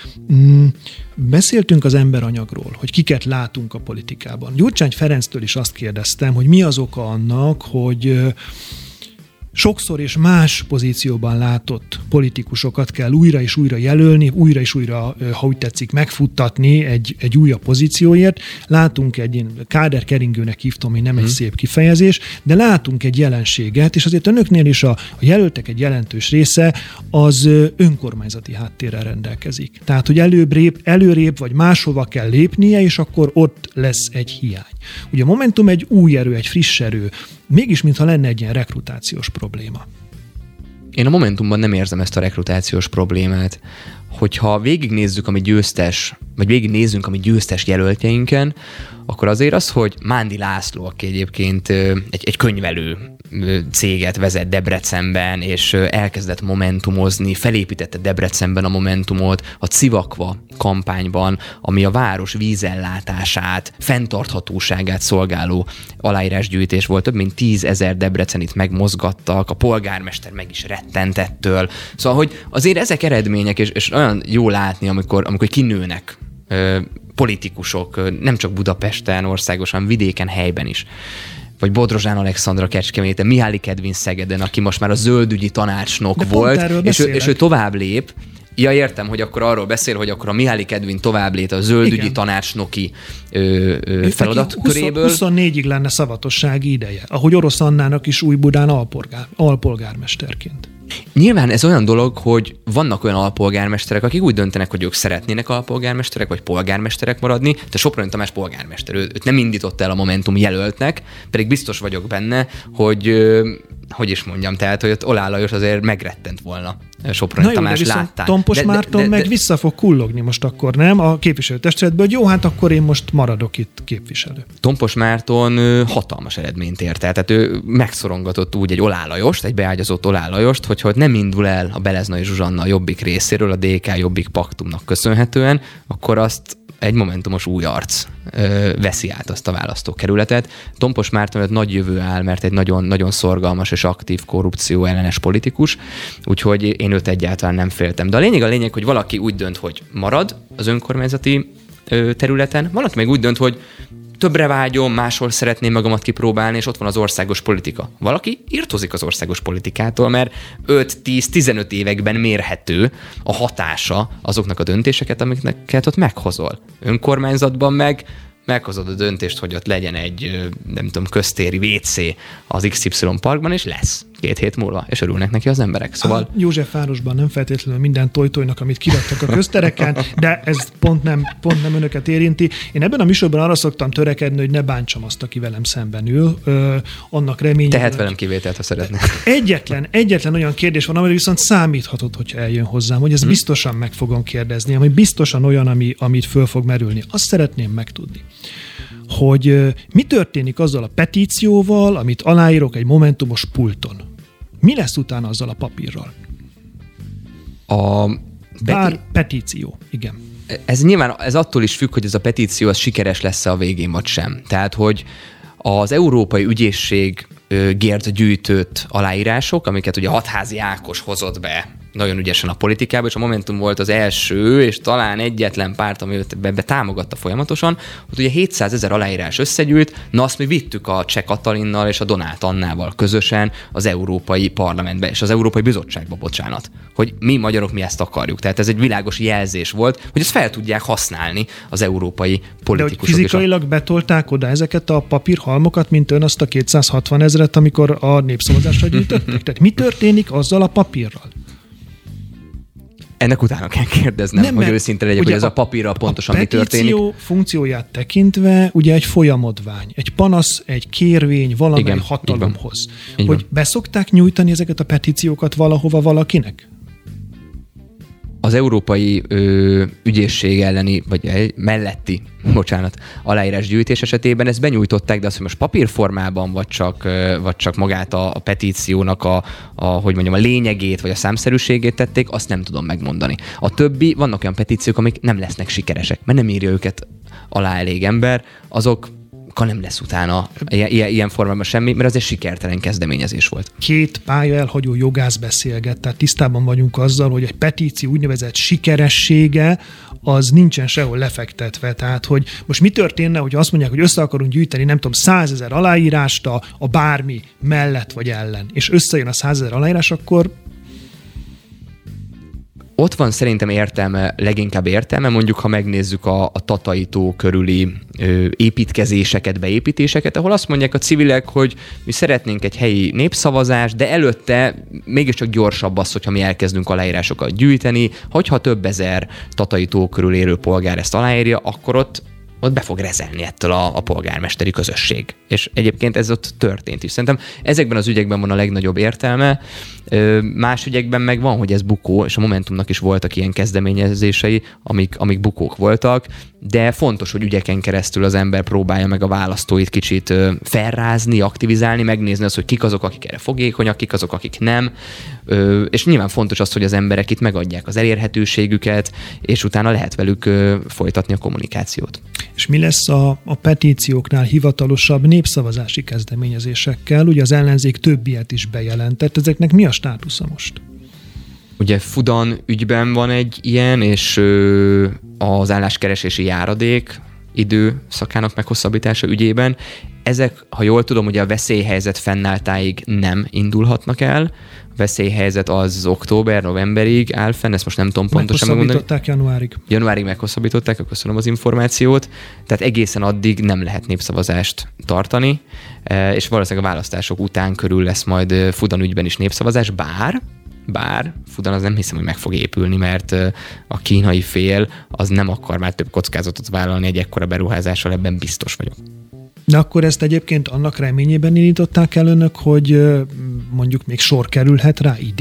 Beszéltünk az emberanyagról, hogy kiket látunk a politikában. Gyurcsány Ferenctől is azt kérdeztem, hogy mi az oka annak, hogy sokszor és más pozícióban látott politikusokat kell újra és újra jelölni, újra és újra, ha úgy tetszik, megfuttatni egy újabb pozícióért. Látunk egy káderkeringőnek hívtam, hogy nem egy szép kifejezés, de látunk egy jelenséget, és azért önöknél is a jelöltek egy jelentős része az önkormányzati háttérrel rendelkezik. Tehát, hogy előrébb vagy máshova kell lépnie, és akkor ott lesz egy hiány. Ugye a Momentum egy új erő, egy friss erő, mégis mintha lenne egy ilyen rekrutációs probléma. Én a Momentumban nem érzem ezt a rekrutációs problémát. Hogyha végignézzük, ami győztes, vagy végignézzünk, ami győztes jelöltjeinken, akkor azért az, hogy Mándi László, aki egyébként egy könyvelő céget vezet Debrecenben, és elkezdett momentumozni, felépítette Debrecenben a Momentumot, a Civakva kampányban, ami a város vízellátását, fenntarthatóságát szolgáló aláírásgyűjtés volt. Több mint 10 000 debrecenit megmozgattak, a polgármester meg is rettent ettől. Szóval, hogy azért ezek eredmények, és olyan jó látni, amikor kinőnek politikusok, nem csak Budapesten, országosan, vidéken, helyben is. Vagy Bodrozsán Alexandra Kecskeméten, Mihály Kedvin Szegeden, aki most már a zöldügyi tanácsnok volt, és ő tovább lép. Ja, értem, hogy akkor arról beszél, hogy akkor a Mihály Kedvin tovább lép a zöldügyi tanácsnoki feladatköréből. 24-ig lenne szavatossági ideje, ahogy Orosz Annának is Újbudán alpolgármesterként. Nyilván ez olyan dolog, hogy vannak olyan alpolgármesterek, akik úgy döntenek, hogy ők szeretnének alpolgármesterek, vagy polgármesterek maradni, de Soproni Tamás polgármester. Őt nem indította el a Momentum jelöltnek, pedig biztos vagyok benne, hogy is mondjam, tehát, hogy ott Oláh Lajos azért megrettent volna Soproni Tamás láttál. Tompos Márton meg vissza fog kullogni most akkor, nem? A képviselőtestületből, hogy jó, hát akkor én most maradok itt képviselő. Tompos Márton hatalmas eredményt ért el, tehát ő megszorongatott úgy egy Oláh Lajost, egy beágyazott Oláh Lajost, hogy nem indul el a Beleznai Zsuzsanna a Jobbik részéről, a DK Jobbik paktumnak köszönhetően, akkor azt egy momentumos új arc veszi át azt a választókerületet. Tompos Márton nagy jövő áll, mert egy nagyon, nagyon szorgalmas és aktív korrupció ellenes politikus, úgyhogy én őt egyáltalán nem féltem. De a lényeg, hogy valaki úgy dönt, hogy marad az önkormányzati területen, valaki meg úgy dönt, hogy többre vágyom, máshol szeretném magamat kipróbálni, és ott van az országos politika. Valaki irtózik az országos politikától, mert 5-10-15 években mérhető a hatása azoknak a döntéseket, amiket ott meghozol. Önkormányzatban meghozod a döntést, hogy ott legyen egy, nem tudom, köztéri WC az XY parkban, és lesz 2 hét múlva, és örülnek neki az emberek. Szóval... Józsefvárosban nem feltétlenül minden tojtojnak, amit kiraktak a köztereken, de ez pont nem önöket érinti. Én ebben a műsorban arra szoktam törekedni, hogy ne bántsam azt, aki velem szemben ül. Annak reménye. Tehet velem kivételt, ha szeretne. Egyetlen olyan kérdés van, amire viszont számíthatod, hogyha eljön hozzám, hogy ez biztosan meg fogom kérdezni, ami biztosan olyan, amit föl fog merülni. Azt szeretném megtudni, hogy mi történik azzal a petícióval, amit aláírok egy momentumos pulton. Mi lesz utána azzal a papírral? Petíció, igen. Ez nyilván attól is függ, hogy ez a petíció az sikeres lesz-e a végén, vagy sem. Tehát, hogy az Európai Ügyészségért gyűjtött aláírások, amiket ugye Hatházi Ákos hozott be nagyon ügyesen a politikába, és a Momentum volt az első, és talán egyetlen párt, ami be támogatta folyamatosan, hogy ugye 700 000 aláírás összegyűlt, na azt mi vittük a Cseh Katalinnal és a Donát Annával közösen az Európai Parlamentbe, és az Európai Bizottságba, bocsánat, hogy mi magyarok mi ezt akarjuk. Tehát ez egy világos jelzés volt, hogy ezt fel tudják használni az európai politikusok. De hogy fizikailag betolták oda ezeket a papírhalmokat, mint ön azt a 260 000, amikor a népszavazásra gyűjtöttek? Tehát mi történik azzal a papírral? Ennek utána kell kérdeznem, hogy őszinte legyek, hogy ez a papírral pontosan mi történik. A petíció funkcióját tekintve ugye egy folyamodvány, egy panasz, egy kérvény valamely hatalomhoz. Hogy beszokták nyújtani ezeket a petíciókat valahova valakinek? Az Európai Ügyészség elleni, vagy melletti, aláírásgyűjtés esetében ezt benyújtották, de azt, hogy most papírformában, vagy csak magát a petíciónak a lényegét, vagy a számszerűségét tették, azt nem tudom megmondani. A többi, vannak olyan petíciók, amik nem lesznek sikeresek, mert nem írja őket alá elég ember, azok nem lesz utána ilyen formában semmi, mert az egy sikertelen kezdeményezés volt. 2 pálya elhagyó jogász beszélget, tehát tisztában vagyunk azzal, hogy egy petíció úgynevezett sikeressége az nincsen sehol lefektetve. Tehát, hogy most mi történne, hogy azt mondják, hogy össze akarunk gyűjteni, nem tudom, 100 000 aláírást a bármi mellett vagy ellen, és összejön a 100 000 aláírás, akkor ott van szerintem leginkább értelme, mondjuk ha megnézzük a Tatai tó körüli építkezéseket, beépítéseket, ahol azt mondják a civilek, hogy mi szeretnénk egy helyi népszavazást, de előtte mégiscsak gyorsabb az, hogyha mi elkezdünk aláírásokat gyűjteni, hogyha több ezer Tatai tó körül élő polgár ezt aláírja, akkor ott be fog rezelni ettől a polgármesteri közösség. És egyébként ez ott történt is. Szerintem ezekben az ügyekben van a legnagyobb értelme. Más ügyekben meg van, hogy ez bukó, és a Momentumnak is voltak ilyen kezdeményezései, amik bukók voltak, de fontos, hogy ügyeken keresztül az ember próbálja meg a választóit kicsit felrázni, aktivizálni, megnézni azt, hogy kik azok, akik erre fogékonyak, kik azok, akik nem. És nyilván fontos az, hogy az emberek itt megadják az elérhetőségüket, és utána lehet velük folytatni a kommunikációt. És mi lesz a petícióknál hivatalosabb népszavazási kezdeményezésekkel? Ugye az ellenzék több ilyet is bejelentett. Ezeknek mi a státusza most? Ugye Fudan ügyben van egy ilyen, és az álláskeresési járadék időszakának meghosszabbítása ügyében. Ezek, ha jól tudom, ugye a veszélyhelyzet fennálltáig nem indulhatnak el. A veszélyhelyzet az október-novemberig áll fenn, ezt most nem tudom pontosan megmondani. Meghosszabbították januárig. Januárig meghosszabbították, köszönöm az információt. Tehát egészen addig nem lehet népszavazást tartani, és valószínűleg a választások után körül lesz majd Fudan ügyben is népszavazás, bár Fudan az nem hiszem, hogy meg fog épülni, mert a kínai fél az nem akar már több kockázatot vállalni egy ekkora beruházással, ebben biztos vagyok. De akkor ezt egyébként annak reményében indították el önök, hogy mondjuk még sor kerülhet rá idén?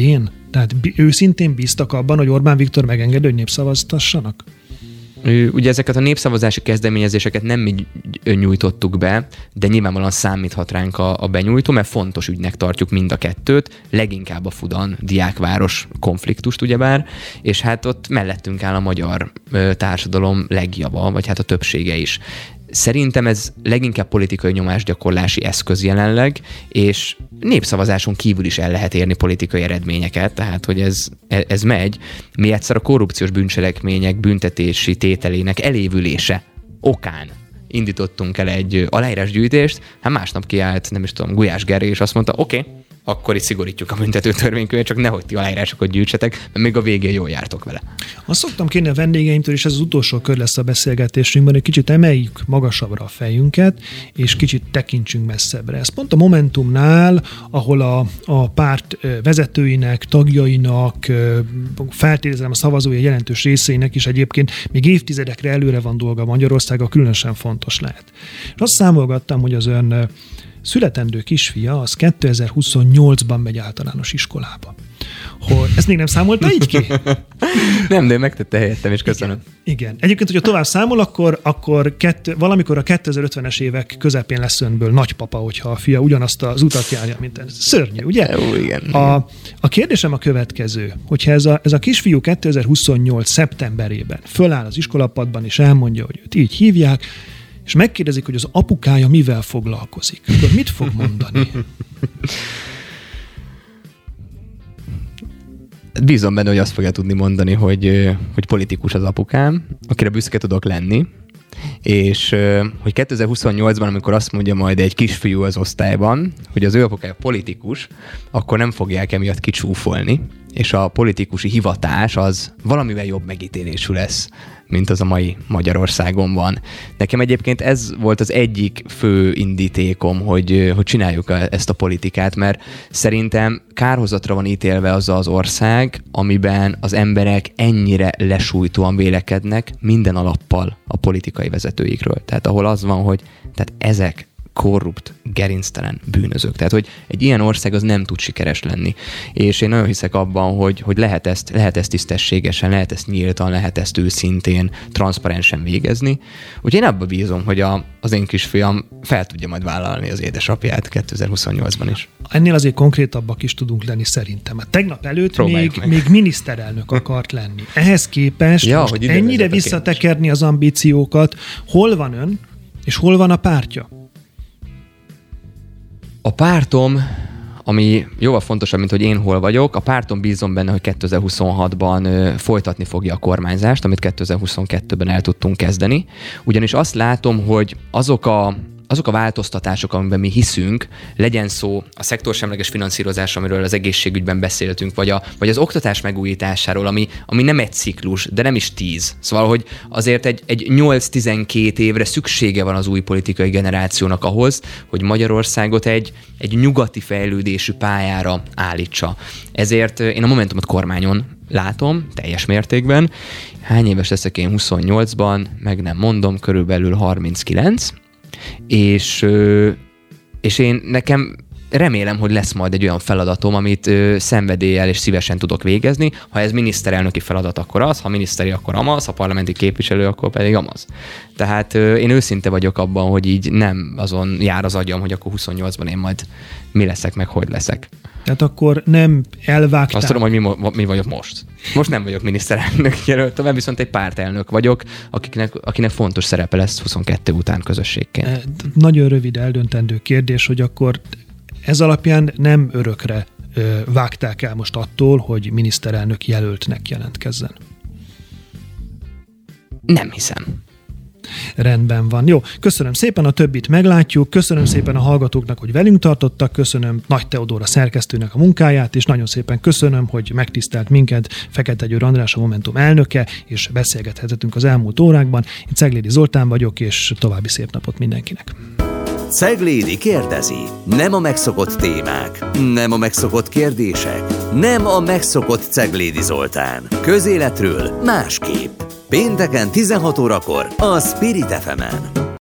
Tehát őszintén bíztak abban, hogy Orbán Viktor megengedi, hogy népszavaztassanak? Ugye ezeket a népszavazási kezdeményezéseket nem mi nyújtottuk be, de nyilvánvalóan számíthat ránk a benyújtó, mert fontos ügynek tartjuk mind a kettőt, leginkább a Fudan-diákváros konfliktust ugyebár, és hát ott mellettünk áll a magyar társadalom legjava, vagy hát a többsége is. Szerintem ez leginkább politikai nyomásgyakorlási eszköz jelenleg, és népszavazáson kívül is el lehet érni politikai eredményeket, tehát hogy ez megy. Mi egyszer a korrupciós bűncselekmények büntetési tételének elévülése okán indítottunk el egy aláírásgyűjtést, hát másnap kiállt, nem is tudom, Gulyás Gergely, és azt mondta, oké, akkor itt szigorítjuk a büntető törvénykönyvet, csak nehogy ti aláírásokat gyűjtsetek, mert még a végén jól jártok vele. Azt szoktam kérni a vendégeimtől, és ez az utolsó kör lesz a beszélgetésünkben, hogy kicsit emeljük magasabbra a fejünket, és kicsit tekintsünk messzebbre. Ez pont a Momentumnál, ahol a párt vezetőinek, tagjainak, feltételezem a szavazói jelentős részeinek is egyébként még évtizedekre előre van dolga Magyarországon, különösen fontos lehet. És azt számolgattam, hogy az ön születendő kisfia az 2028-ban megy általános iskolába. Ezt még nem számolta így ki? Nem, de megtette helyettem, és köszönöm. Igen. Egyébként, hogyha tovább számol, akkor valamikor a 2050-es évek közepén lesz önből nagypapa, hogyha a fia ugyanazt az utat járja, mint ez. Szörnyű, ugye? Jó, igen. A kérdésem a következő, hogyha ez a kisfiú 2028 szeptemberében föláll az iskolapadban, és elmondja, hogy őt így hívják, és megkérdezik, hogy az apukája mivel foglalkozik, akkor mit fog mondani? Bízom benne, hogy azt fogja tudni mondani, hogy politikus az apukám, akire büszke tudok lenni, és hogy 2028-ban, amikor azt mondja majd egy kisfiú az osztályban, hogy az ő apukája politikus, akkor nem fogják emiatt kicsúfolni, és a politikusi hivatás az valamivel jobb megítélésű lesz, mint az a mai Magyarországon van. Nekem egyébként ez volt az egyik fő indítékom, hogy csináljuk ezt a politikát, mert szerintem kárhozatra van ítélve az ország, amiben az emberek ennyire lesújtóan vélekednek minden alappal a politikai vezetőikről. Tehát ahol az van, hogy tehát ezek korrupt, gerinctelen bűnözők. Tehát, hogy egy ilyen ország az nem tud sikeres lenni. És én nagyon hiszek abban, hogy lehet ezt tisztességesen, lehet ezt nyíltan, lehet ezt őszintén, transzparensen végezni. Úgyhogy én abba bízom, hogy az én kisfiam fel tudja majd vállalni az édesapját 2028-ban is. Ennél azért konkrétabbak is tudunk lenni szerintem. Tegnap előtt még miniszterelnök akart lenni. Ehhez képest most ennyire visszatekerni az ambíciókat. Hol van ön, és hol van a pártja? A pártom, ami jóval fontosabb, mint hogy én hol vagyok, a pártom bízom benne, hogy 2026-ban folytatni fogja a kormányzást, amit 2022-ben el tudtunk kezdeni. Ugyanis azt látom, hogy azok a változtatások, amiben mi hiszünk, legyen szó a szektorsemleges finanszírozás, amiről az egészségügyben beszéltünk, vagy az oktatás megújításáról, ami nem egy ciklus, de nem is 10. Szóval, hogy azért egy 8-12 évre szüksége van az új politikai generációnak ahhoz, hogy Magyarországot egy nyugati fejlődésű pályára állítsa. Ezért én a Momentumot kormányon látom, teljes mértékben. Hány éves leszek én 28-ban? Meg nem mondom, körülbelül 39. És én nekem remélem, hogy lesz majd egy olyan feladatom, amit szenvedéllyel és szívesen tudok végezni. Ha ez miniszterelnöki feladat, akkor az, ha miniszteri, akkor amaz, ha parlamenti képviselő, akkor pedig amaz. Tehát én őszinte vagyok abban, hogy így nem azon jár az agyam, hogy akkor 28-ban én majd mi leszek, meg hogy leszek. Tehát akkor nem elvágták. Azt tudom, hogy mi vagyok most. Most nem vagyok miniszterelnök jelölt, mert viszont egy pártelnök vagyok, akinek fontos szerepe lesz 22 után közösségként. Nagyon rövid eldöntendő kérdés, hogy akkor ez alapján nem örökre vágták el most attól, hogy miniszterelnök jelöltnek jelentkezzen. Nem hiszem. Rendben van. Jó, köszönöm szépen, a többit meglátjuk, köszönöm szépen a hallgatóknak, hogy velünk tartottak, köszönöm Nagy Teodóra szerkesztőnek a munkáját, és nagyon szépen köszönöm, hogy megtisztelt minket Fekete Győr András, a Momentum elnöke, és beszélgethetünk az elmúlt órákban. Én Ceglédi Zoltán vagyok, és további szép napot mindenkinek. Ceglédi kérdezi. Nem a megszokott témák, nem a megszokott kérdések, nem a megszokott Ceglédi Zoltán. Közéletről másképp. Pénteken 16 órakor a Spirit FM-en.